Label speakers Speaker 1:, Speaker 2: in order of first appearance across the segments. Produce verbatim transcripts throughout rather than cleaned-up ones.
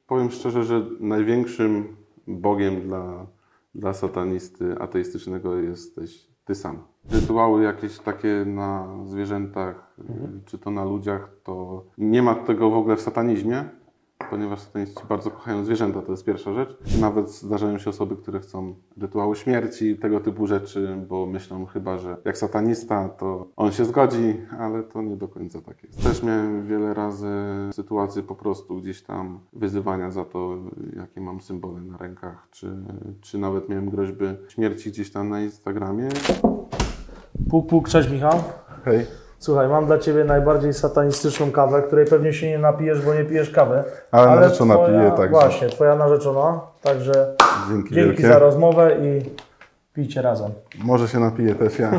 Speaker 1: Powiem szczerze, że największym Bogiem dla, dla satanisty ateistycznego jesteś ty sam. Rytuały jakieś takie na zwierzętach, mhm. czy to na ludziach, to nie ma tego w ogóle w satanizmie, ponieważ sataniści bardzo kochają zwierzęta, to jest pierwsza rzecz. Nawet zdarzają się osoby, które chcą rytuały śmierci, tego typu rzeczy, bo myślą chyba, że jak satanista, to on się zgodzi, ale to nie do końca tak jest. Też miałem wiele razy sytuacje po prostu gdzieś tam wyzywania za to, jakie mam symbole na rękach, czy, czy nawet miałem groźby śmierci gdzieś tam na Instagramie.
Speaker 2: Puk, puk, cześć Michał.
Speaker 1: Hej.
Speaker 2: Słuchaj, mam dla Ciebie najbardziej satanistyczną kawę, której pewnie się nie napijesz, bo nie pijesz kawy.
Speaker 1: Ale, ale narzeczona twoja, pije, także.
Speaker 2: Właśnie, Twoja narzeczona, także
Speaker 1: dzięki,
Speaker 2: dzięki za rozmowę i pijcie razem.
Speaker 1: Może się napiję też ja.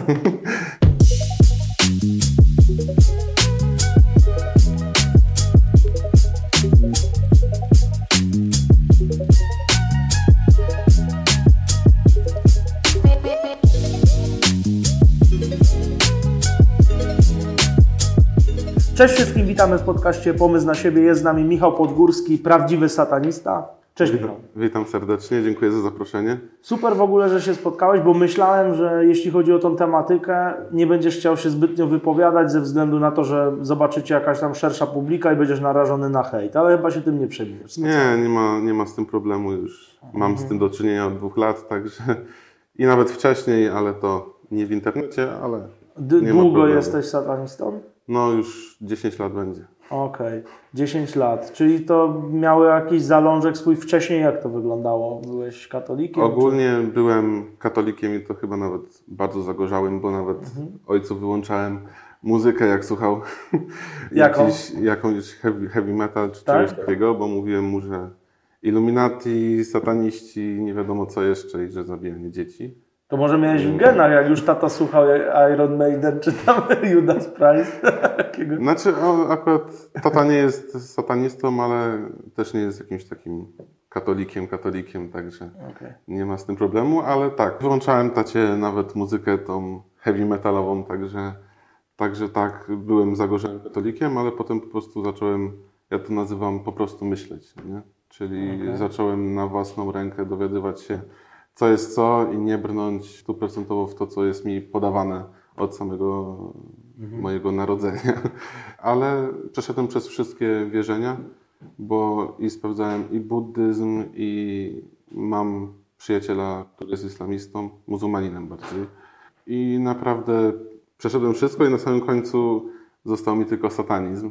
Speaker 2: Cześć wszystkim, witamy w podcaście Pomysł na siebie. Jest z nami Michał Podgórski, prawdziwy satanista. Cześć
Speaker 1: Witam,
Speaker 2: Michał.
Speaker 1: witam serdecznie, dziękuję za zaproszenie.
Speaker 2: Super w ogóle, że się spotkałeś, bo myślałem, że jeśli chodzi o tą tematykę, nie będziesz chciał się zbytnio wypowiadać ze względu na to, że zobaczycie jakaś tam szersza publika i będziesz narażony na hejt, ale chyba się tym nie przebijesz.
Speaker 1: Nie, nie ma, nie ma z tym problemu już. Mam mhm. z tym do czynienia od dwóch lat, także i nawet wcześniej, ale to nie w internecie, ale
Speaker 2: D-
Speaker 1: nie
Speaker 2: Długo
Speaker 1: ma
Speaker 2: jesteś satanistą?
Speaker 1: No już dziesięć lat będzie.
Speaker 2: Okej, okay. dziesięć lat. Czyli to miały jakiś zalążek swój wcześniej, jak to wyglądało? Byłeś katolikiem?
Speaker 1: Ogólnie czy... byłem katolikiem i to chyba nawet bardzo zagorzałym, bo nawet mhm. ojcu wyłączałem muzykę, jak słuchał jakiś, jakąś heavy, heavy metal czy tak? czegoś takiego, bo mówiłem mu, że Illuminati, sataniści, nie wiadomo co jeszcze i że zabijanie dzieci.
Speaker 2: To może miałeś w genach, jak już tata słuchał Iron Maiden czy tam Judas Priest.
Speaker 1: Znaczy, on, akurat tata nie jest satanistą, ale też nie jest jakimś takim katolikiem, katolikiem, także okay. nie ma z tym problemu, ale tak, wyłączałem tacie nawet muzykę tą heavy metalową, także, także tak, byłem zagorzałym katolikiem, ale potem po prostu zacząłem, ja to nazywam po prostu myśleć, nie? Czyli okay. zacząłem na własną rękę dowiadywać się, co jest co i nie brnąć stuprocentowo w to, co jest mi podawane od samego mhm. mojego narodzenia. Ale przeszedłem przez wszystkie wierzenia, bo i sprawdzałem i buddyzm, i mam przyjaciela, który jest islamistą, muzułmaninem bardziej. I naprawdę przeszedłem wszystko i na samym końcu został mi tylko satanizm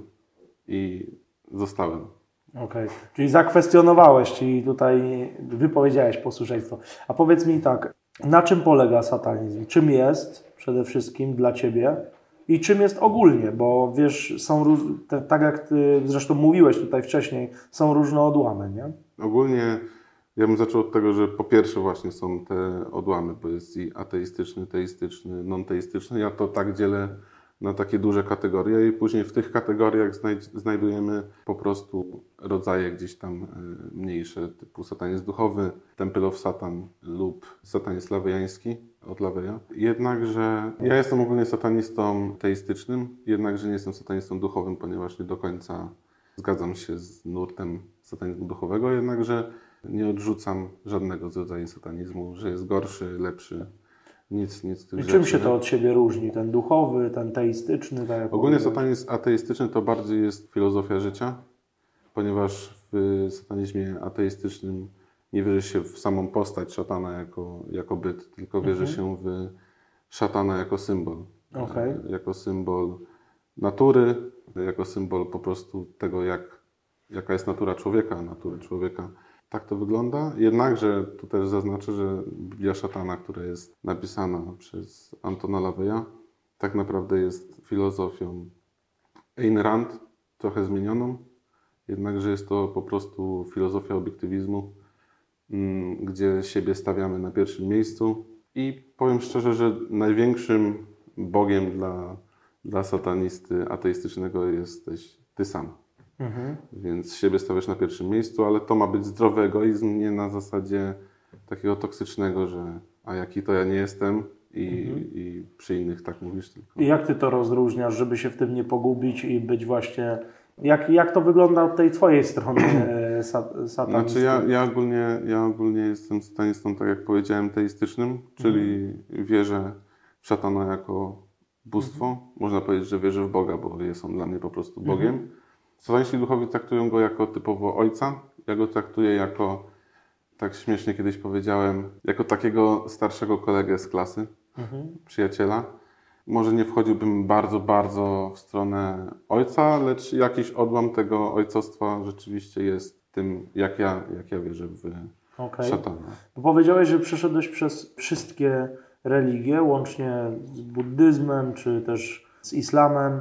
Speaker 1: i zostałem.
Speaker 2: Okej, okay. Czyli zakwestionowałeś, czyli tutaj wypowiedziałeś posłuszeństwo. A powiedz mi tak, na czym polega satanizm? Czym jest przede wszystkim dla Ciebie i czym jest ogólnie? Bo wiesz, są róż... tak jak Ty zresztą mówiłeś tutaj wcześniej, są różne odłamy, nie?
Speaker 1: Ogólnie ja bym zaczął od tego, że po pierwsze właśnie są te odłamy, bo jest i ateistyczny, teistyczny, non-teistyczny. Ja to tak dzielę na takie duże kategorie i później w tych kategoriach znajdujemy po prostu rodzaje gdzieś tam mniejsze, typu satanizm duchowy, Temple of Satan lub satanizm lawejański od Laweja. Jednakże ja jestem ogólnie satanistą teistycznym, jednakże nie jestem satanistą duchowym, ponieważ nie do końca zgadzam się z nurtem satanizmu duchowego, jednakże nie odrzucam żadnego z rodzajów satanizmu, że jest gorszy, lepszy. Nic, nic tych
Speaker 2: I czym
Speaker 1: rzeczy,
Speaker 2: się to od siebie różni? Ten duchowy, ten teistyczny? Tak jak
Speaker 1: ogólnie satanizm ateistyczny to bardziej jest filozofia życia, ponieważ w satanizmie ateistycznym nie wierzy się w samą postać szatana jako, jako byt, tylko wierzy mhm. się w szatana jako symbol.
Speaker 2: Okay.
Speaker 1: Jako symbol natury, jako symbol po prostu tego, jak, jaka jest natura człowieka, natury człowieka. Tak to wygląda, jednakże tu też zaznaczę, że Biblia Szatana, która jest napisana przez Antona LaVeya, tak naprawdę jest filozofią Ayn Rand, trochę zmienioną, jednakże jest to po prostu filozofia obiektywizmu, gdzie siebie stawiamy na pierwszym miejscu i powiem szczerze, że największym Bogiem dla, dla satanisty ateistycznego jesteś ty sam. Mhm. Więc siebie stawiasz na pierwszym miejscu, ale to ma być zdrowy egoizm, nie na zasadzie takiego toksycznego, że a jaki to ja nie jestem i, mhm. i przy innych tak mówisz tylko.
Speaker 2: I jak Ty to rozróżniasz, żeby się w tym nie pogubić i być właśnie Jak, jak to wygląda od tej twojej strony satanizmu?
Speaker 1: Znaczy ja, ja, ogólnie, ja ogólnie jestem satanistą, tak jak powiedziałem, teistycznym, czyli mhm. wierzę w szatana jako bóstwo. Mhm. Można powiedzieć, że wierzę w Boga, bo jest on dla mnie po prostu Bogiem. Mhm. Sataniści duchowi traktują go jako typowo ojca. Ja go traktuję jako, tak śmiesznie kiedyś powiedziałem, jako takiego starszego kolegę z klasy, mhm. przyjaciela. Może nie wchodziłbym bardzo, bardzo w stronę ojca, lecz jakiś odłam tego ojcostwa rzeczywiście jest tym, jak ja, jak ja wierzę w okay. szatana.
Speaker 2: Bo powiedziałeś, że przeszedłeś przez wszystkie religie, łącznie z buddyzmem, czy też z islamem,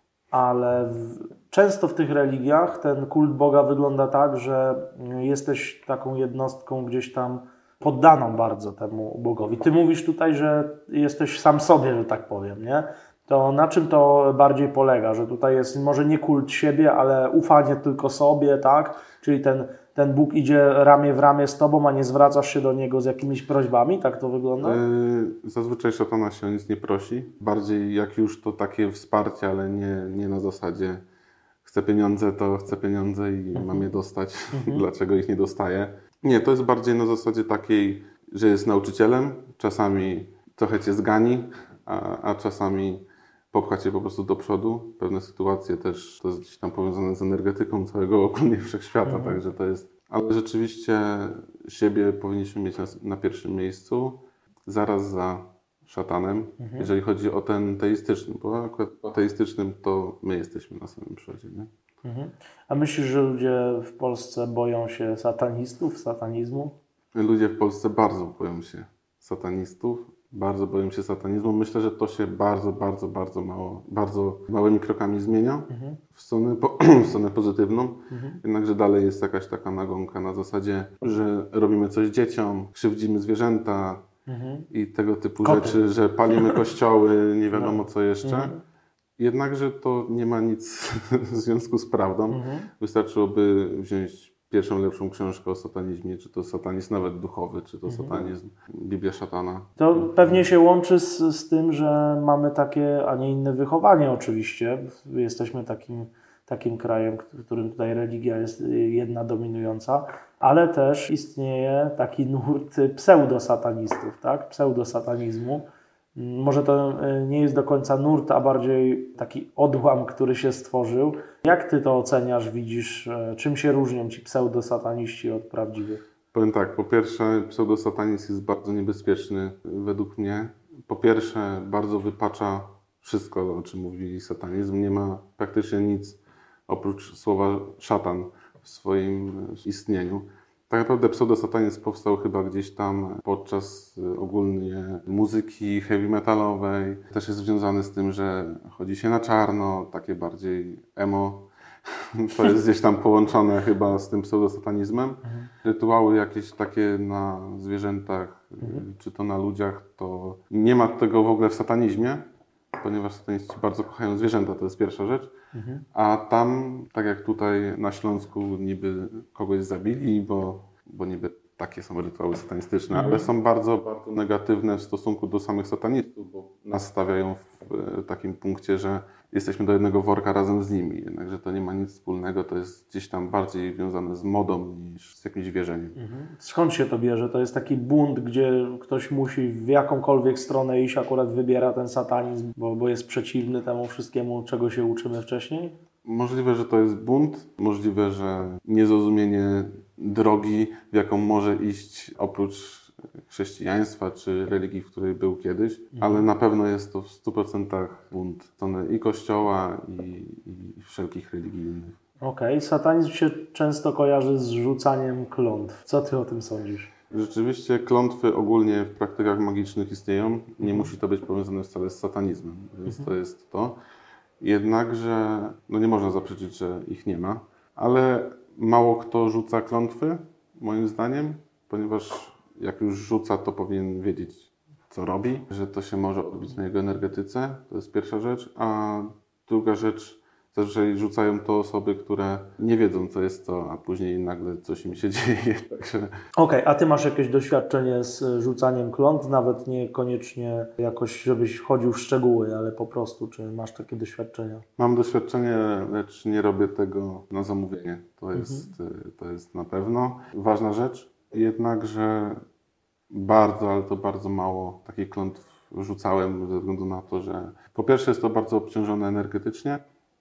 Speaker 2: ale w, często w tych religiach ten kult Boga wygląda tak, że jesteś taką jednostką gdzieś tam poddaną bardzo temu Bogowi. Ty mówisz tutaj, że jesteś sam sobie, że tak powiem, nie? To na czym to bardziej polega? Że tutaj jest może nie kult siebie, ale ufanie tylko sobie, tak? Czyli ten, ten Bóg idzie ramię w ramię z tobą, a nie zwracasz się do Niego z jakimiś prośbami? Tak to wygląda?
Speaker 1: Yy, zazwyczaj szatana się o nic nie prosi. Bardziej jak już to takie wsparcie, ale nie, nie na zasadzie chcę pieniądze, to chcę pieniądze i mhm. mam je dostać. Mhm. Dlaczego ich nie dostaję? Nie, to jest bardziej na zasadzie takiej, że jest nauczycielem, czasami trochę cię zgani, a, a czasami popcha cię po prostu do przodu. Pewne sytuacje też to jest gdzieś tam powiązane z energetyką całego ogólnie wszechświata, mhm. także to jest... Ale rzeczywiście siebie powinniśmy mieć na, na pierwszym miejscu, zaraz za szatanem, mhm. jeżeli chodzi o ten teistyczny, bo akurat o teistycznym to my jesteśmy na samym przodzie, nie?
Speaker 2: Mhm. A myślisz, że ludzie w Polsce boją się satanistów, satanizmu?
Speaker 1: Ludzie w Polsce bardzo boją się satanistów, bardzo boją się satanizmu. Myślę, że to się bardzo, bardzo, bardzo mało, bardzo małymi krokami zmienia mhm. w, stronę po, w stronę pozytywną. Mhm. Jednakże dalej jest jakaś taka nagonka na zasadzie, że robimy coś dzieciom, krzywdzimy zwierzęta mhm. i tego typu Koty. rzeczy, że palimy kościoły, nie wiadomo co jeszcze. Mhm. Jednakże to nie ma nic w związku z prawdą. Mhm. Wystarczyłoby wziąć pierwszą lepszą książkę o satanizmie, czy to satanizm nawet duchowy, czy to mhm. satanizm, Biblia szatana.
Speaker 2: To pewnie się łączy z, z tym, że mamy takie, a nie inne wychowanie oczywiście. Jesteśmy takim, takim krajem, w którym tutaj religia jest jedna dominująca, ale też istnieje taki nurt pseudosatanistów, tak? Pseudosatanizmu. Może to nie jest do końca nurt, a bardziej taki odłam, który się stworzył. Jak ty to oceniasz, widzisz? Czym się różnią ci pseudosataniści od prawdziwych?
Speaker 1: Powiem tak, po pierwsze pseudosatanizm jest bardzo niebezpieczny według mnie. Po pierwsze bardzo wypacza wszystko, o czym mówi satanizm. Nie ma praktycznie nic oprócz słowa szatan w swoim istnieniu. Tak naprawdę pseudosatanizm powstał chyba gdzieś tam podczas ogólnie muzyki heavy metalowej. Też jest związany z tym, że chodzi się na czarno, takie bardziej emo. To jest gdzieś tam połączone chyba z tym pseudosatanizmem. Mhm. Rytuały jakieś takie na zwierzętach, mhm. czy to na ludziach, to nie ma tego w ogóle w satanizmie, ponieważ sataniści bardzo kochają zwierzęta, to jest pierwsza rzecz. Mhm. A tam, tak jak tutaj na Śląsku, niby kogoś zabili, bo, bo niby takie są rytuały satanistyczne, mhm. ale są bardzo, bardzo negatywne w stosunku do samych satanistów, bo nas stawiają w takim punkcie, że jesteśmy do jednego worka razem z nimi. Jednakże to nie ma nic wspólnego, to jest gdzieś tam bardziej wiązane z modą niż z jakimś wierzeniem.
Speaker 2: Mhm. Skąd się to bierze? To jest taki bunt, gdzie ktoś musi w jakąkolwiek stronę iść, akurat wybiera ten satanizm, bo, bo jest przeciwny temu wszystkiemu, czego się uczymy wcześniej?
Speaker 1: Możliwe, że to jest bunt, możliwe, że niezrozumienie drogi, w jaką może iść oprócz chrześcijaństwa czy religii, w której był kiedyś, mhm. ale na pewno jest to w stu procentach bunt strony i Kościoła, i, i wszelkich religii innych.
Speaker 2: Okej, okay. Satanizm się często kojarzy z rzucaniem klątw. Co ty o tym sądzisz?
Speaker 1: Rzeczywiście klątwy ogólnie w praktykach magicznych istnieją. Nie mhm. musi to być powiązane wcale z satanizmem, więc mhm. to jest to. Jednakże no nie można zaprzeczyć, że ich nie ma, ale mało kto rzuca klątwy, moim zdaniem, ponieważ jak już rzuca, to powinien wiedzieć, co robi, że to się może odbić na jego energetyce, to jest pierwsza rzecz, a druga rzecz, zazwyczaj rzucają to osoby, które nie wiedzą, co jest to, a później nagle coś im się dzieje. Także...
Speaker 2: Okej, okay, a Ty masz jakieś doświadczenie z rzucaniem klątw, nawet niekoniecznie jakoś, żebyś wchodził w szczegóły, ale po prostu, czy masz takie doświadczenia?
Speaker 1: Mam doświadczenie, lecz nie robię tego na zamówienie. To jest, mhm. to jest na pewno ważna rzecz. Jednakże bardzo, ale to bardzo mało takich klątw rzucałem ze względu na to, że po pierwsze jest to bardzo obciążone energetycznie,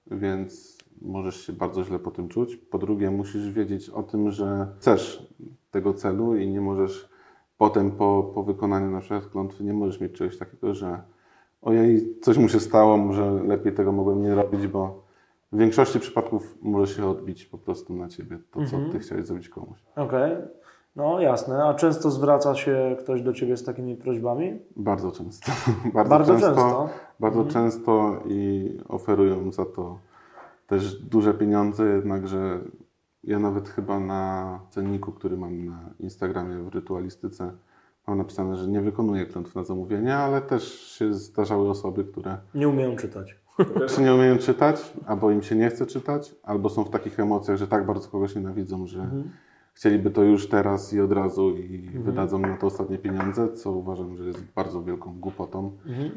Speaker 1: więc możesz się bardzo źle po tym czuć. Po drugie musisz wiedzieć o tym, że chcesz tego celu i nie możesz potem po, po wykonaniu na przykład klątwy nie możesz mieć czegoś takiego, że ojej, coś mu się stało, może lepiej tego mogłem nie robić, bo w większości przypadków może się odbić po prostu na ciebie to, co mhm. ty chciałeś zrobić komuś.
Speaker 2: Okej. Okay. No jasne, a często zwraca się ktoś do Ciebie z takimi prośbami?
Speaker 1: Bardzo często. bardzo,
Speaker 2: bardzo
Speaker 1: często,
Speaker 2: często?
Speaker 1: Bardzo
Speaker 2: mhm.
Speaker 1: często i oferują za to też duże pieniądze, jednakże ja nawet chyba na cenniku, który mam na Instagramie w rytualistyce, mam napisane, że nie wykonuję klątw na zamówienie, ale też się zdarzały osoby, które...
Speaker 2: Nie umieją czytać.
Speaker 1: Też nie umieją czytać, albo im się nie chce czytać, albo są w takich emocjach, że tak bardzo kogoś nienawidzą, że... Mhm. Chcieliby to już teraz i od razu i mhm. wydadzą na to ostatnie pieniądze, co uważam, że jest bardzo wielką głupotą, mhm.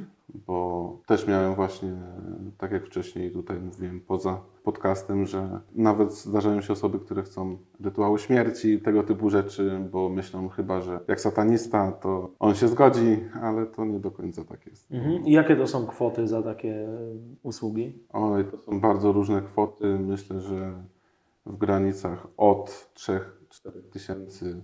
Speaker 1: bo też miałem właśnie, tak jak wcześniej tutaj mówiłem poza podcastem, że nawet zdarzają się osoby, które chcą rytuały śmierci, tego typu rzeczy, bo myślą chyba, że jak satanista, to on się zgodzi, ale to nie do końca tak jest.
Speaker 2: Mhm. I jakie to są kwoty za takie usługi?
Speaker 1: Oj, to są bardzo różne kwoty. Myślę, że w granicach od trzech czterech tysięcy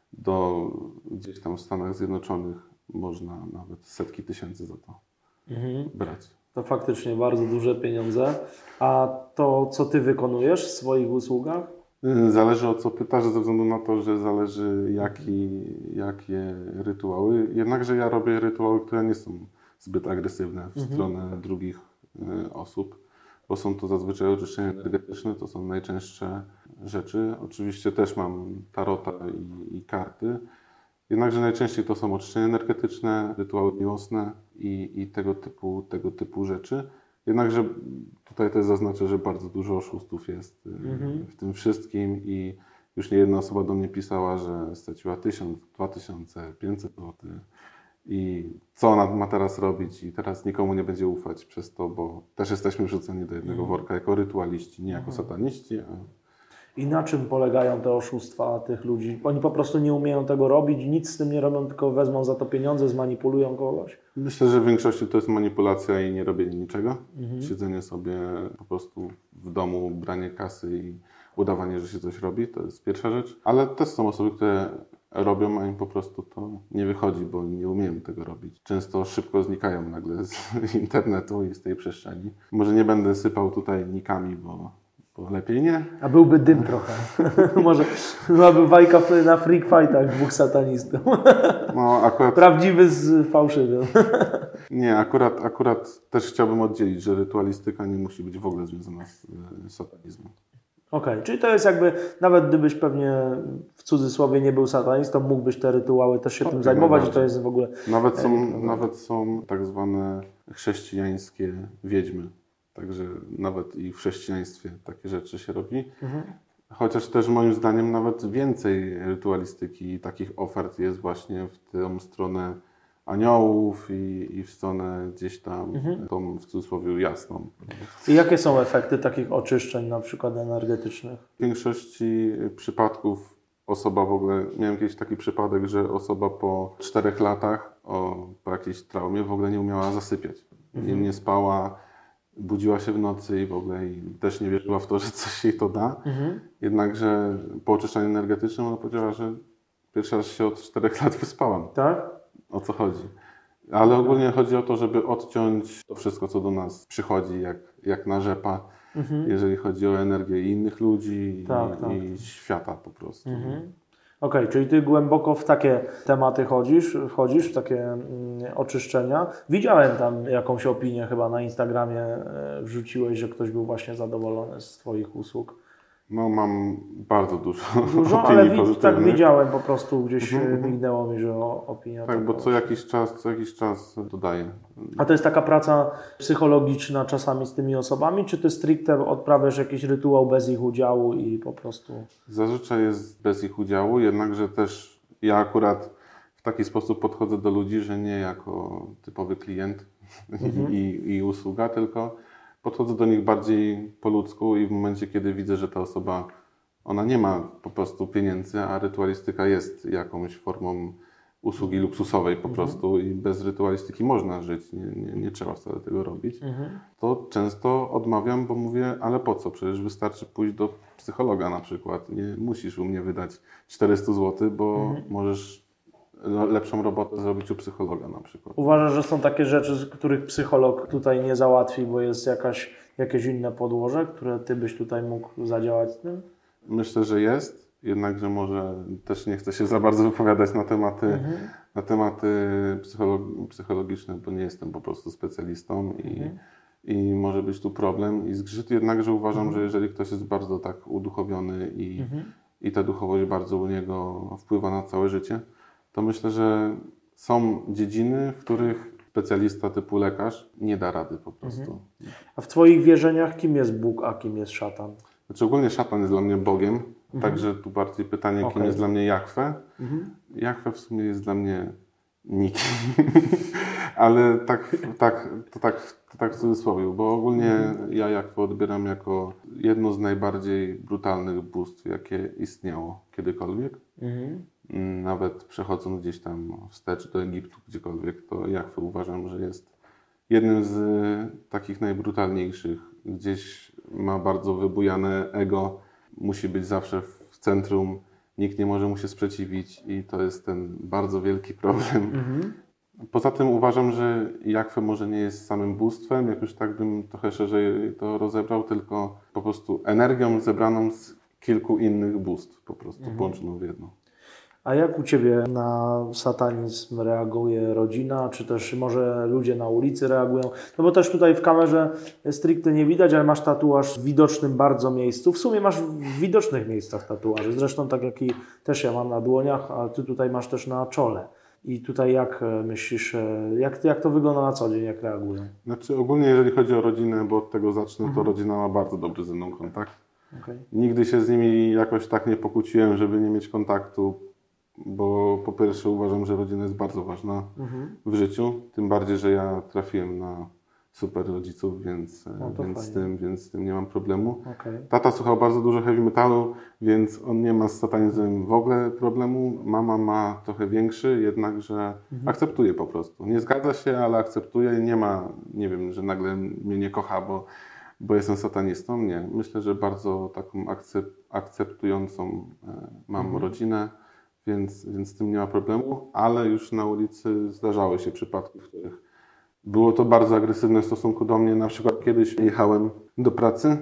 Speaker 1: do gdzieś tam w Stanach Zjednoczonych można nawet setki tysięcy za to mhm. brać.
Speaker 2: To faktycznie bardzo duże pieniądze. A to, co Ty wykonujesz w swoich usługach?
Speaker 1: Zależy o co pytasz, ze względu na to, że zależy jaki, jakie rytuały. Jednakże ja robię rytuały, które nie są zbyt agresywne w mhm. stronę drugich y, osób. Bo są to zazwyczaj oczyszczenia energetyczne, to są najczęstsze rzeczy. Oczywiście też mam tarota i, i karty, jednakże najczęściej to są oczyszczenia energetyczne, rytuały miłosne i, i tego typu, tego typu rzeczy. Jednakże tutaj też zaznaczę, że bardzo dużo oszustów jest mhm. w tym wszystkim i już nie jedna osoba do mnie pisała, że straciła tysiąc, dwa tysiące, pięćset złotych. I co ona ma teraz robić i teraz nikomu nie będzie ufać przez to, bo też jesteśmy wrzuceni do jednego worka jako rytualiści, nie jako sataniści. A...
Speaker 2: I na czym polegają te oszustwa tych ludzi? Oni po prostu nie umieją tego robić, nic z tym nie robią, tylko wezmą za to pieniądze, zmanipulują kogoś?
Speaker 1: Myślę, że w większości to jest manipulacja i nie robienie niczego. Mhm. Siedzenie sobie po prostu w domu, branie kasy i udawanie, że się coś robi, to jest pierwsza rzecz. Ale też są osoby, które robią, a im po prostu to nie wychodzi, bo nie umieją tego robić. Często szybko znikają nagle z internetu i z tej przestrzeni. Może nie będę sypał tutaj nikami, bo, bo lepiej nie.
Speaker 2: A byłby dym trochę. Może byłaby bajka na freak fightach dwóch satanistów.
Speaker 1: No, akurat...
Speaker 2: Prawdziwy z fałszywym.
Speaker 1: Nie, akurat, akurat też chciałbym oddzielić, że rytualistyka nie musi być w ogóle związana z, z satanizmem.
Speaker 2: Okej, okay. Czyli to jest jakby, nawet gdybyś pewnie w cudzysłowie nie był satanistą, mógłbyś te rytuały też się tak, tym zajmować i to jest w ogóle...
Speaker 1: Nawet są, nawet są tak zwane chrześcijańskie wiedźmy, także nawet i w chrześcijaństwie takie rzeczy się robi. Mhm. Chociaż też moim zdaniem nawet więcej rytualistyki i takich ofert jest właśnie w tę stronę aniołów i, i w stronę gdzieś tam mhm. tą w cudzysłowie jasną.
Speaker 2: I jakie są efekty takich oczyszczeń na przykład energetycznych?
Speaker 1: W większości przypadków osoba w ogóle, miałem kiedyś taki przypadek, że osoba po czterech latach o, po jakiejś traumie w ogóle nie umiała zasypiać. Mhm. I nie spała, budziła się w nocy i w ogóle i też nie wierzyła w to, że coś jej to da. Mhm. Jednakże po oczyszczaniu energetycznym ona powiedziała, że pierwszy raz się od czterech lat wyspałam.
Speaker 2: Tak?
Speaker 1: O co chodzi? Ale ogólnie chodzi o to, żeby odciąć to wszystko, co do nas przychodzi, jak, jak na rzepa, mhm. jeżeli chodzi o energię innych ludzi tak, i, tak. i świata po prostu.
Speaker 2: Mhm. Okej, okay, czyli Ty głęboko w takie tematy chodzisz, wchodzisz, w takie mm, oczyszczenia. Widziałem tam jakąś opinię chyba na Instagramie, e, wrzuciłeś, że ktoś był właśnie zadowolony z Twoich usług.
Speaker 1: No mam bardzo dużo
Speaker 2: Dużo,
Speaker 1: opinii
Speaker 2: ale
Speaker 1: pozytywnych.
Speaker 2: tak widziałem po prostu, gdzieś
Speaker 1: Mhm.
Speaker 2: mignęło mi, że opinia
Speaker 1: Tak,
Speaker 2: taka
Speaker 1: bo co
Speaker 2: właśnie.
Speaker 1: jakiś czas, co jakiś czas dodaję.
Speaker 2: A to jest taka praca psychologiczna czasami z tymi osobami, czy ty stricte odprawiasz jakiś rytuał bez ich udziału i po prostu...
Speaker 1: Zazwyczaj jest bez ich udziału, jednakże też ja akurat w taki sposób podchodzę do ludzi, że nie jako typowy klient
Speaker 2: Mhm.
Speaker 1: i, i usługa, tylko podchodzę do nich bardziej po ludzku i w momencie, kiedy widzę, że ta osoba, ona nie ma po prostu pieniędzy, a rytualistyka jest jakąś formą usługi luksusowej po prostu i bez rytualistyki można żyć, nie, nie, nie trzeba wcale tego robić,
Speaker 2: Mhm.
Speaker 1: to często odmawiam, bo mówię, ale po co? Przecież wystarczy pójść do psychologa na przykład. Nie musisz u mnie wydać czterysta złotych, bo
Speaker 2: Mhm.
Speaker 1: możesz lepszą robotę zrobić u psychologa na przykład.
Speaker 2: Uważasz, że są takie rzeczy, z których psycholog tutaj nie załatwi, bo jest jakaś, jakieś inne podłoże, które ty byś tutaj mógł zadziałać z tym?
Speaker 1: Myślę, że jest, jednakże może też nie chcę się za bardzo wypowiadać na tematy, mhm. na tematy psycholog- psychologiczne, bo nie jestem po prostu specjalistą i, mhm. i może być tu problem i zgrzyt, jednakże uważam, mhm. że jeżeli ktoś jest bardzo tak uduchowiony i, mhm. i ta duchowość bardzo u niego wpływa na całe życie, to myślę, że są dziedziny, w których specjalista typu lekarz nie da rady po prostu. Mhm.
Speaker 2: A w twoich wierzeniach kim jest Bóg, a kim jest szatan?
Speaker 1: Znaczy ogólnie szatan jest dla mnie Bogiem, mhm. także tu bardziej pytanie, okay. kim jest dla mnie Jahwe. Mhm. Jahwe w sumie jest dla mnie nikim, ale tak, tak, to, tak, to tak w cudzysłowie, bo ogólnie mhm. ja Jahwe odbieram jako jedno z najbardziej brutalnych bóstw, jakie istniało kiedykolwiek. Mhm. Nawet przechodząc gdzieś tam wstecz do Egiptu, gdziekolwiek, to Jahwe uważam, że jest jednym z takich najbrutalniejszych. Gdzieś ma bardzo wybujane ego, musi być zawsze w centrum, nikt nie może mu się sprzeciwić i to jest ten bardzo wielki problem. Mhm. Poza tym uważam, że Jahwe może nie jest samym bóstwem, jak już tak bym trochę szerzej to rozebrał, tylko po prostu energią zebraną z kilku innych bóstw, po prostu mhm. połączoną w jedno.
Speaker 2: A jak u Ciebie na satanizm reaguje rodzina, czy też może ludzie na ulicy reagują? No bo też tutaj w kamerze stricte nie widać, ale masz tatuaż w widocznym bardzo miejscu. W sumie masz w widocznych miejscach tatuaże. Zresztą tak jak i też ja mam na dłoniach, a Ty tutaj masz też na czole. I tutaj jak myślisz, jak, jak to wygląda na co dzień, jak reagują?
Speaker 1: Znaczy ogólnie jeżeli chodzi o rodzinę, bo od tego zacznę, mhm. to rodzina ma bardzo dobry ze mną kontakt. Okay. Nigdy się z nimi jakoś tak nie pokłóciłem, żeby nie mieć kontaktu. Bo po pierwsze uważam, że rodzina jest bardzo ważna mhm. w życiu, tym bardziej, że ja trafiłem na super rodziców, więc, no więc, z, tym, więc z tym nie mam problemu. Okay. Tata słuchał bardzo dużo heavy metalu, więc on nie ma z satanizmem w ogóle problemu. Mama ma trochę większy, jednakże mhm. akceptuje po prostu. Nie zgadza się, ale akceptuje i nie ma, nie wiem, że nagle mnie nie kocha, bo, bo jestem satanistą. Nie. Myślę, że bardzo taką akcep akceptującą mam mhm. rodzinę. Więc, więc z tym nie ma problemu, ale już na ulicy zdarzały się przypadki, w których było to bardzo agresywne w stosunku do mnie. Na przykład kiedyś jechałem do pracy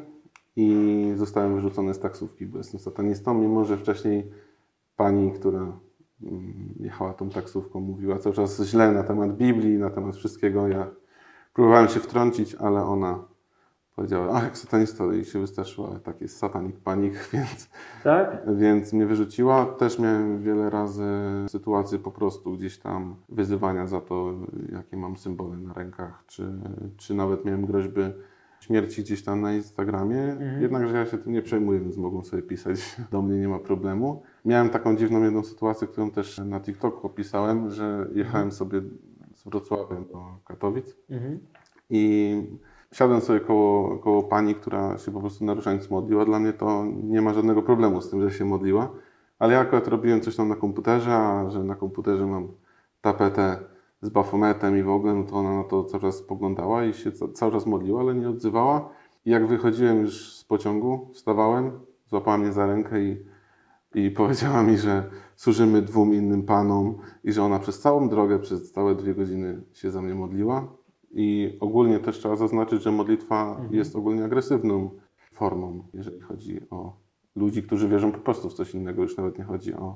Speaker 1: i zostałem wyrzucony z taksówki, bo jestem satanistą, mimo że wcześniej pani, która jechała tą taksówką, mówiła cały czas źle na temat Biblii, na temat wszystkiego. Ja próbowałem się wtrącić, ale ona powiedziała, ach, jak satanista i się wystraszyła, ale tak jest satanik, panik, więc,
Speaker 2: tak?
Speaker 1: więc mnie wyrzuciła. Też miałem wiele razy sytuacje po prostu gdzieś tam wyzywania za to, jakie mam symbole na rękach, czy, czy nawet miałem groźby śmierci gdzieś tam na Instagramie. Mhm. Jednakże ja się tym nie przejmuję, więc mogą sobie pisać, do mnie nie ma problemu. Miałem taką dziwną jedną sytuację, którą też na TikToku opisałem, że jechałem mhm. sobie z Wrocławia do Katowic mhm. i siadłem sobie koło, koło pani, która się po prostu na różańcu modliła. Dla mnie to nie ma żadnego problemu z tym, że się modliła. Ale ja akurat robiłem coś tam na komputerze, a że na komputerze mam tapetę z Bafometem i w ogóle, no to ona na to cały czas spoglądała i się cały czas modliła, ale nie odzywała. I jak wychodziłem już z pociągu, wstawałem, złapała mnie za rękę i, i powiedziała mi, że służymy dwóm innym panom i że ona przez całą drogę, przez całe dwie godziny się za mnie modliła. I ogólnie też trzeba zaznaczyć, że modlitwa mhm. jest ogólnie agresywną formą, jeżeli chodzi o ludzi, którzy wierzą po prostu w coś innego, już nawet nie chodzi o,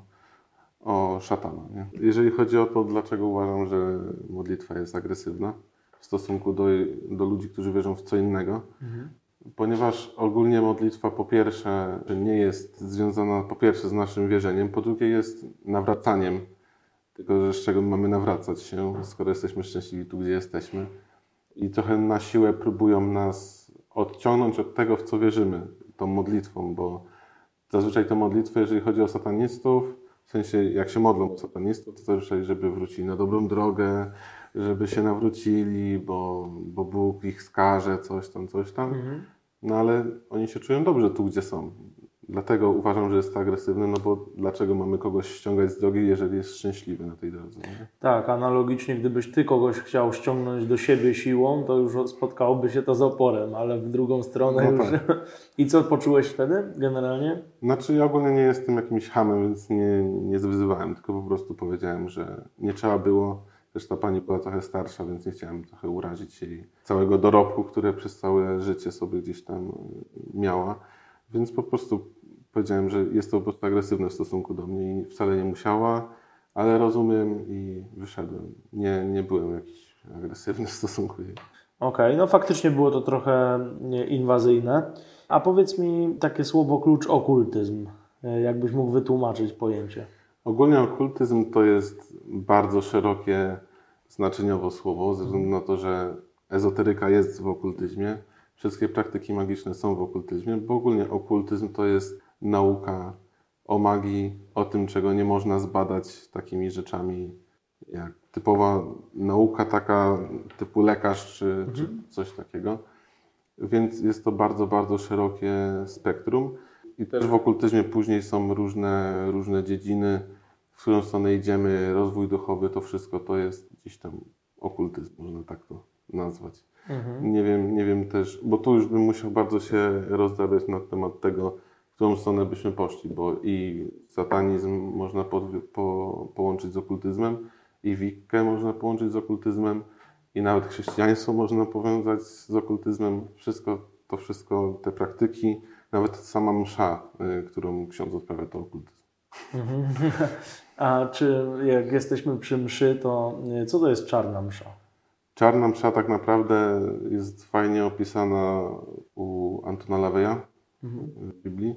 Speaker 1: o szatana. Nie? Jeżeli chodzi o to, dlaczego uważam, że modlitwa jest agresywna w stosunku do, do ludzi, którzy wierzą w co innego, mhm. Ponieważ ogólnie modlitwa po pierwsze nie jest związana po pierwsze z naszym wierzeniem, po drugie jest nawracaniem. Tylko, że z czego mamy nawracać się, skoro jesteśmy szczęśliwi tu, gdzie jesteśmy. I trochę na siłę próbują nas odciągnąć od tego, w co wierzymy, tą modlitwą, bo zazwyczaj te modlitwy, jeżeli chodzi o satanistów, w sensie jak się modlą o satanistów, to zazwyczaj, żeby wrócili na dobrą drogę, żeby się nawrócili, bo, bo Bóg ich skaże, coś tam, coś tam. Mhm. No ale oni się czują dobrze tu, gdzie są. Dlatego uważam, że jest to agresywne, no bo dlaczego mamy kogoś ściągać z drogi, jeżeli jest szczęśliwy na tej drodze? Nie?
Speaker 2: Tak, analogicznie, gdybyś ty kogoś chciał ściągnąć do siebie siłą, to już spotkałoby się to z oporem, ale w drugą stronę no już... Tak. I co poczułeś wtedy generalnie?
Speaker 1: Znaczy ja ogólnie nie jestem jakimś hamem, więc nie, nie zwyzywałem, tylko po prostu powiedziałem, że nie trzeba było. Też ta pani była trochę starsza, więc nie chciałem trochę urazić jej całego dorobku, które przez całe życie sobie gdzieś tam miała. Więc po prostu powiedziałem, że jest to po prostu agresywne w stosunku do mnie i wcale nie musiała, ale rozumiem i wyszedłem. Nie, nie byłem jakiś agresywny w stosunku do jej.
Speaker 2: Okej, okay, no faktycznie było to trochę inwazyjne. A powiedz mi takie słowo klucz okultyzm. Jakbyś mógł wytłumaczyć pojęcie?
Speaker 1: Ogólnie okultyzm to jest bardzo szerokie znaczeniowo słowo, ze względu na to, że ezoteryka jest w okultyzmie. Wszystkie praktyki magiczne są w okultyzmie, bo ogólnie okultyzm to jest nauka o magii, o tym, czego nie można zbadać takimi rzeczami jak typowa nauka taka typu lekarz czy, mhm. czy coś takiego. Więc jest to bardzo, bardzo szerokie spektrum. I też w okultyzmie później są różne, różne dziedziny, w którą stronę idziemy, rozwój duchowy, to wszystko to jest gdzieś tam okultyzm, można tak to nazwać. Mhm. Nie wiem, nie wiem też, bo tu już bym musiał bardzo się rozdawiać na temat tego, w którą stronę byśmy poszli, bo i satanizm można po, po, połączyć z okultyzmem, i wikkę można połączyć z okultyzmem, i nawet chrześcijaństwo można powiązać z okultyzmem. Wszystko, to wszystko, te praktyki, nawet sama msza, y, którą ksiądz odprawia, to okultyzm.
Speaker 2: Mhm. A czy jak jesteśmy przy mszy, to co to jest czarna msza?
Speaker 1: Czarna msza tak naprawdę jest fajnie opisana u Antona LaVeya mhm. w Biblii,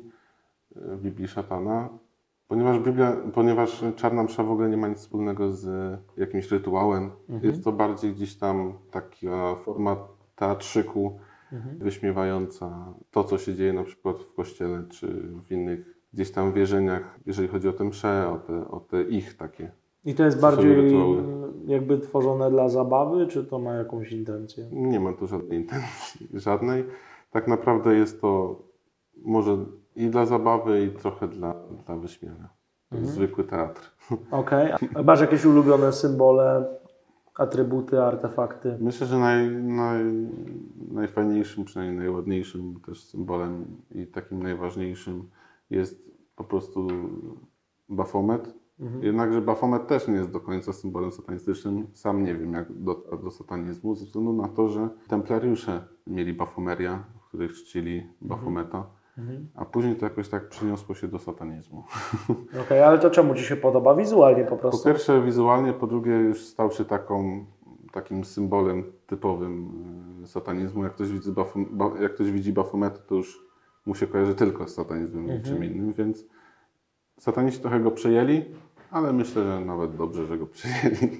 Speaker 1: w Biblii szatana, ponieważ, Biblia, ponieważ czarna msza w ogóle nie ma nic wspólnego z jakimś rytuałem. Mhm. Jest to bardziej gdzieś tam taka forma teatrzyku mhm. wyśmiewająca to, co się dzieje na przykład w kościele czy w innych gdzieś tam wierzeniach, jeżeli chodzi o tę mszę, o te, o te ich takie.
Speaker 2: I to jest bardziej jakby tworzone dla zabawy, czy to ma jakąś intencję?
Speaker 1: Nie ma tu żadnej intencji, żadnej. Tak naprawdę jest to może i dla zabawy, i trochę dla, dla wyśmiania. To jest mhm. zwykły teatr.
Speaker 2: Okej. Okay. Masz jakieś ulubione symbole, atrybuty, artefakty?
Speaker 1: Myślę, że naj, naj, najfajniejszym, przynajmniej najładniejszym też symbolem i takim najważniejszym jest po prostu Bafomet. Mhm. Jednakże Bafomet też nie jest do końca symbolem satanistycznym. Sam nie wiem, jak dotarł do satanizmu, ze względu na to, że templariusze mieli Bafomeria, w których czcili Bafometa, mhm. a później to jakoś tak przyniosło się do satanizmu.
Speaker 2: Okej, okay, ale to czemu Ci się podoba? Wizualnie po prostu?
Speaker 1: Po pierwsze wizualnie, po drugie już stał się taką, takim symbolem typowym satanizmu. Jak ktoś widzi, Bafom, jak ktoś widzi Bafometę, to już mu się kojarzy tylko z satanizmem mhm. i czym innym, więc sataniści trochę go przejęli, ale myślę, że nawet dobrze, że go przyjęli.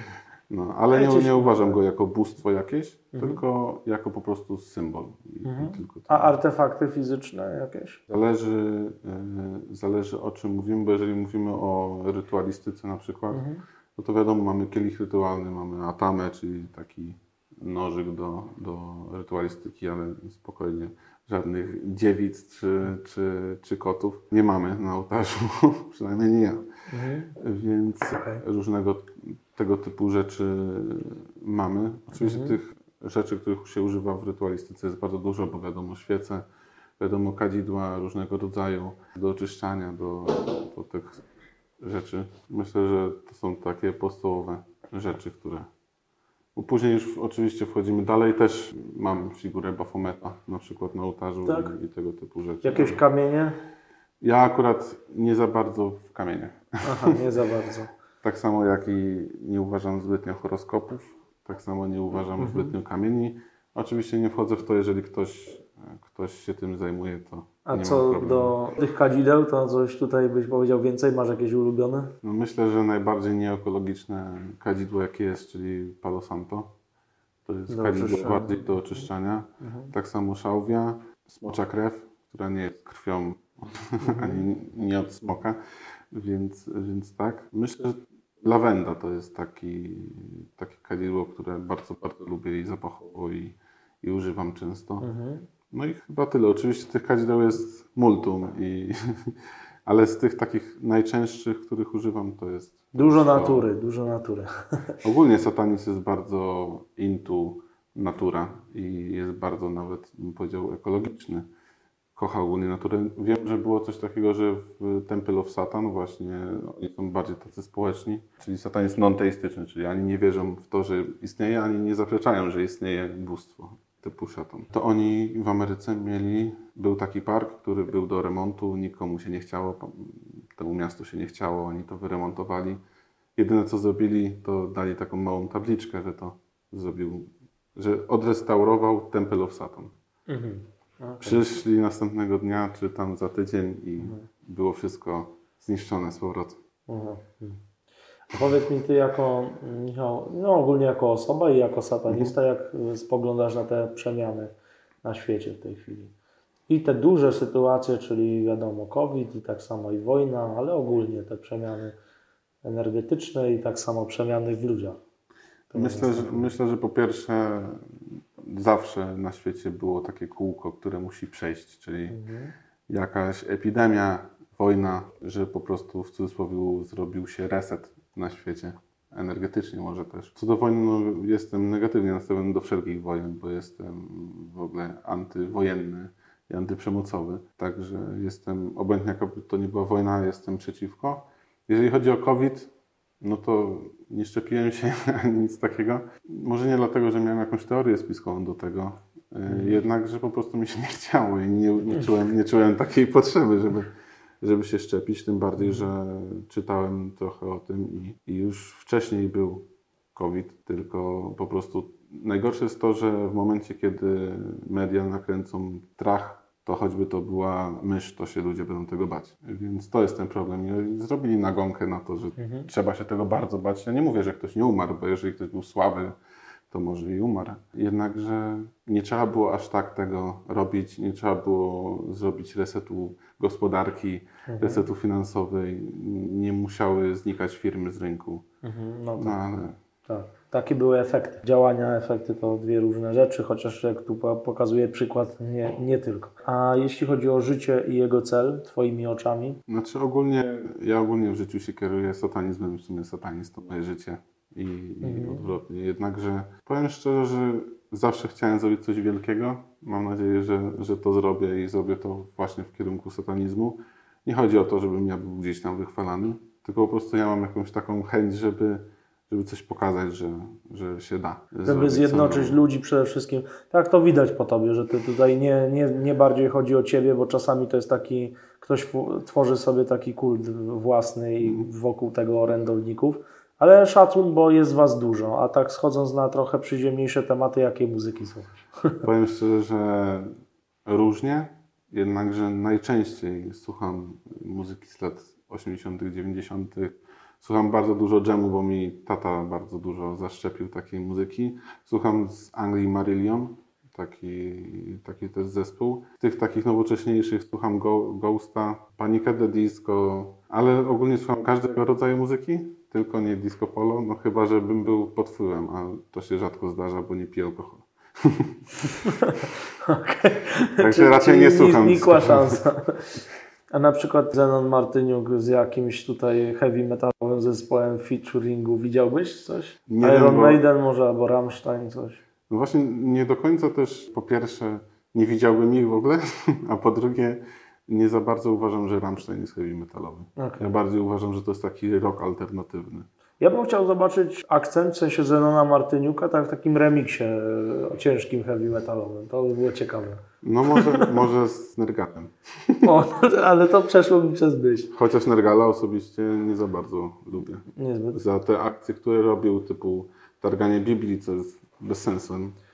Speaker 1: No, ale nie, nie uważam go jako bóstwo jakieś, mhm. tylko jako po prostu symbol. I,
Speaker 2: mhm.
Speaker 1: i tylko
Speaker 2: A artefakty fizyczne jakieś?
Speaker 1: Zależy, yy, zależy o czym mówimy, bo jeżeli mówimy o rytualistyce na przykład, mhm. no to wiadomo, mamy kielich rytualny, mamy atamę, czyli taki nożyk do, do rytualistyki, ale spokojnie. Żadnych dziewic czy, czy, czy kotów nie mamy na ołtarzu, przynajmniej nie ja. Mhm. Więc okay. różnego tego typu rzeczy mamy. Oczywiście mhm. tych rzeczy, których się używa w rytualistyce jest bardzo dużo, bo wiadomo świece, wiadomo kadzidła różnego rodzaju do oczyszczania, do, do tych rzeczy. Myślę, że to są takie podstawowe rzeczy, które... Bo później już oczywiście wchodzimy dalej, też mam figurę Bafometa na przykład na ołtarzu tak. i, i tego typu rzeczy.
Speaker 2: Jakieś kamienie?
Speaker 1: Ja akurat nie za bardzo w kamieniach.
Speaker 2: Aha, nie za bardzo.
Speaker 1: Tak samo jak i nie uważam zbytnio horoskopów, tak samo nie uważam mhm. zbytnio kamieni. Oczywiście nie wchodzę w to, jeżeli ktoś ktoś się tym zajmuje, to
Speaker 2: A
Speaker 1: nie
Speaker 2: co
Speaker 1: ma problemu.
Speaker 2: do tych kadzideł, to coś tutaj byś powiedział więcej? Masz jakieś ulubione?
Speaker 1: No myślę, że najbardziej nieekologiczne kadzidło jakie jest, czyli Palo Santo. To jest
Speaker 2: Do
Speaker 1: kadzidło
Speaker 2: oczyszczania.
Speaker 1: bardziej do oczyszczania.
Speaker 2: Mhm.
Speaker 1: Tak samo szałwia, smocza krew, która nie jest krwią ani nie od smoka, więc, więc tak. Myślę, że lawenda to jest taki, takie kadzidło, które bardzo, bardzo lubię i zapachowo i, i używam często.
Speaker 2: Mhm.
Speaker 1: No i chyba tyle. Oczywiście tych kadzideł jest multum, i, ale z tych takich najczęstszych, których używam, to jest...
Speaker 2: Dużo
Speaker 1: to,
Speaker 2: natury, dużo natury.
Speaker 1: Ogólnie satanizm jest bardzo into natura i jest bardzo nawet, bym powiedział, ekologiczny. Kocha ogólnie naturę. Wiem, że było coś takiego, że w Temple of Satan właśnie oni są bardziej tacy społeczni, czyli satan jest non-teistyczny, czyli ani nie wierzą w to, że istnieje, ani nie zaprzeczają, że istnieje bóstwo typu szatan. To oni w Ameryce mieli, był taki park, który był do remontu, nikomu się nie chciało, temu miastu się nie chciało, oni to wyremontowali. Jedyne co zrobili, to dali taką małą tabliczkę, że to zrobił, że odrestaurował Temple of Satan.
Speaker 2: Mhm. Okay.
Speaker 1: Przyszli następnego dnia, czy tam za tydzień i
Speaker 2: Mhm.
Speaker 1: było wszystko zniszczone z powrotem.
Speaker 2: Mhm. A powiedz mi ty jako, Michał, no ogólnie jako osoba i jako satanista, jak spoglądasz na te przemiany na świecie w tej chwili? I te duże sytuacje, czyli wiadomo COVID i tak samo i wojna, ale ogólnie te przemiany energetyczne i tak samo przemiany w ludziach.
Speaker 1: Myślę że, myślę, że po pierwsze zawsze na świecie było takie kółko, które musi przejść, czyli mhm. jakaś epidemia, wojna, że po prostu w cudzysłowie zrobił się reset na świecie. Energetycznie może też. Co do wojny, no, jestem negatywnie nastawiony do wszelkich wojen, bo jestem w ogóle antywojenny i antyprzemocowy. Także jestem, obojętnie jaka by to nie była wojna, jestem przeciwko. Jeżeli chodzi o COVID, no to nie szczepiłem się ani nic takiego. Może nie dlatego, że miałem jakąś teorię spiskową do tego, mm. jednak, że po prostu mi się nie chciało i nie, nie, czułem, nie czułem takiej potrzeby, żeby, żeby się szczepić. Tym bardziej, że czytałem trochę o tym i, i już wcześniej był COVID, tylko po prostu najgorsze jest to, że w momencie, kiedy media nakręcą strach, to choćby to była mysz, to się ludzie będą tego bać. Więc to jest ten problem. I zrobili nagonkę na to, że mhm. trzeba się tego bardzo bać. Ja nie mówię, że ktoś nie umarł, bo jeżeli ktoś był słaby, to może i umarł. Jednakże nie trzeba było aż tak tego robić, nie trzeba było zrobić resetu gospodarki, mhm. resetu finansowej. Nie musiały znikać firmy z rynku.
Speaker 2: Mhm. No tak.
Speaker 1: No, ale...
Speaker 2: tak. Takie były efekty. Działania, efekty to dwie różne rzeczy, chociaż jak tu pokazuje przykład, nie, nie tylko. A jeśli chodzi o życie i jego cel, twoimi oczami?
Speaker 1: Znaczy ogólnie, ja ogólnie w życiu się kieruję satanizmem, w sumie satanizm to moje życie i, mhm. i odwrotnie. Jednakże powiem szczerze, że zawsze chciałem zrobić coś wielkiego. Mam nadzieję, że, że to zrobię i zrobię to właśnie w kierunku satanizmu. Nie chodzi o to, żebym ja był gdzieś tam wychwalany, tylko po prostu ja mam jakąś taką chęć, żeby żeby coś pokazać, że, że się da.
Speaker 2: Żeby zjednoczyć samego. ludzi przede wszystkim. Tak, to widać po tobie, że ty tutaj nie, nie, nie bardziej chodzi o ciebie, bo czasami to jest taki, ktoś tworzy sobie taki kult własny i wokół tego orędowników, ale szacun, bo jest was dużo, a tak schodząc na trochę przyziemniejsze tematy, jakie muzyki słuchasz?
Speaker 1: Powiem szczerze, że różnie, jednakże najczęściej słucham muzyki z lat osiemdziesiątych, dziewięćdziesiątych. Słucham bardzo dużo dżemu, bo mi tata bardzo dużo zaszczepił takiej muzyki. Słucham z Anglii Marillion, taki, taki też zespół. Z tych takich nowocześniejszych słucham Go, Ghosta, Panic! At the Disco, ale ogólnie słucham każdego rodzaju muzyki, tylko nie disco polo, no chyba, że bym był pod wpływem, a to się rzadko zdarza, bo nie piję alkoholu.
Speaker 2: Okay.
Speaker 1: Także raczej nie słucham.
Speaker 2: Nikła szansa. A na przykład Zenon Martyniuk z jakimś tutaj heavy metalowym zespołem featuringu widziałbyś coś? Nie Iron wiem, bo... Maiden może albo Rammstein coś?
Speaker 1: No właśnie nie do końca też po pierwsze nie widziałbym ich w ogóle, a po drugie nie za bardzo uważam, że Rammstein jest heavy metalowy. Okay. Ja bardziej uważam, że to jest taki rock alternatywny.
Speaker 2: Ja bym chciał zobaczyć akcent, w sensie Zenona Martyniuka, tak w takim remiksie ciężkim heavy metalowym. To by było ciekawe.
Speaker 1: No może, może z Nergalem.
Speaker 2: O, ale to przeszło mi przez myśl.
Speaker 1: Chociaż Nergala osobiście nie za bardzo lubię.
Speaker 2: Niezbyt.
Speaker 1: Za te akcje, które robił, typu targanie Biblii, co jest bez sensu.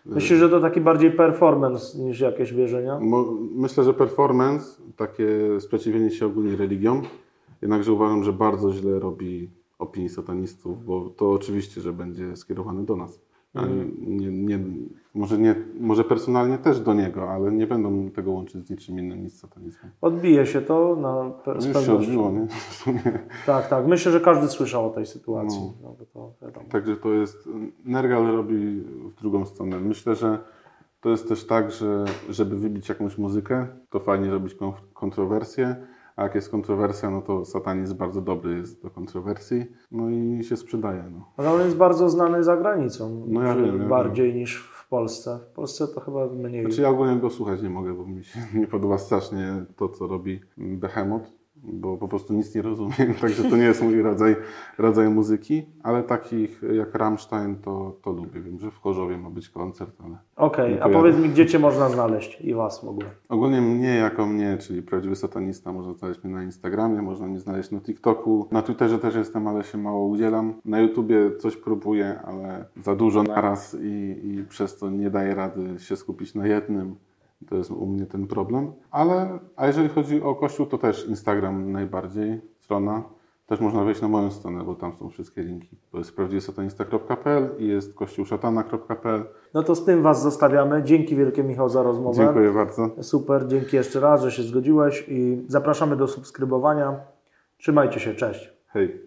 Speaker 2: Myślisz, że to taki bardziej performance niż jakieś wierzenia?
Speaker 1: Myślę, że performance, takie sprzeciwienie się ogólnie religiom, jednakże uważam, że bardzo źle robi opinii satanistów, bo to oczywiście, że będzie skierowany do nas. Mm. Nie, nie, może, nie, może personalnie też do niego, ale nie będą tego łączyć z niczym innym niż satanizmem.
Speaker 2: Odbije się to na pe- z
Speaker 1: Już
Speaker 2: pewnością.
Speaker 1: się odbiło, nie?
Speaker 2: Tak, tak. Myślę, że każdy słyszał o tej sytuacji. No. No, to wiadomo.
Speaker 1: Także to jest, Nergal robi w drugą stronę. Myślę, że to jest też tak, że żeby wybić jakąś muzykę, to fajnie robić kontrowersję, a jak jest kontrowersja, no to satanizm bardzo dobry jest do kontrowersji, no i się sprzedaje. No.
Speaker 2: Ale on jest bardzo znany za granicą,
Speaker 1: no ja wiem, ja
Speaker 2: bardziej
Speaker 1: wiem.
Speaker 2: niż w Polsce. W Polsce to chyba mniej.
Speaker 1: Znaczy ja ogólnie go słuchać nie mogę, bo mi się nie podoba strasznie to, co robi Behemoth, bo po prostu nic nie rozumiem, także to nie jest mój rodzaj, rodzaj muzyki, ale takich jak Rammstein to, to lubię. Wiem, że w Chorzowie ma być koncert, ale...
Speaker 2: Okej, okay, a powiedz mi, gdzie Cię można znaleźć i Was w ogóle?
Speaker 1: Ogólnie mnie jako mnie, czyli prawdziwy satanista, można znaleźć mnie na Instagramie, można mnie znaleźć na TikToku, na Twitterze też jestem, ale się mało udzielam. Na YouTubie coś próbuję, ale za dużo naraz i, i przez to nie daję rady się skupić na jednym. To jest u mnie ten problem. Ale, a jeżeli chodzi o Kościół, to też Instagram najbardziej, strona. Też można wejść na moją stronę, bo tam są wszystkie linki. To jest prawdziwy satanista kropka p l i jest kościół szatana kropka p l.
Speaker 2: No to z tym Was zostawiamy. Dzięki wielkie, Michał, za rozmowę.
Speaker 1: Dziękuję bardzo.
Speaker 2: Super, dzięki jeszcze raz, że się zgodziłeś i zapraszamy do subskrybowania. Trzymajcie się, cześć.
Speaker 1: Hej.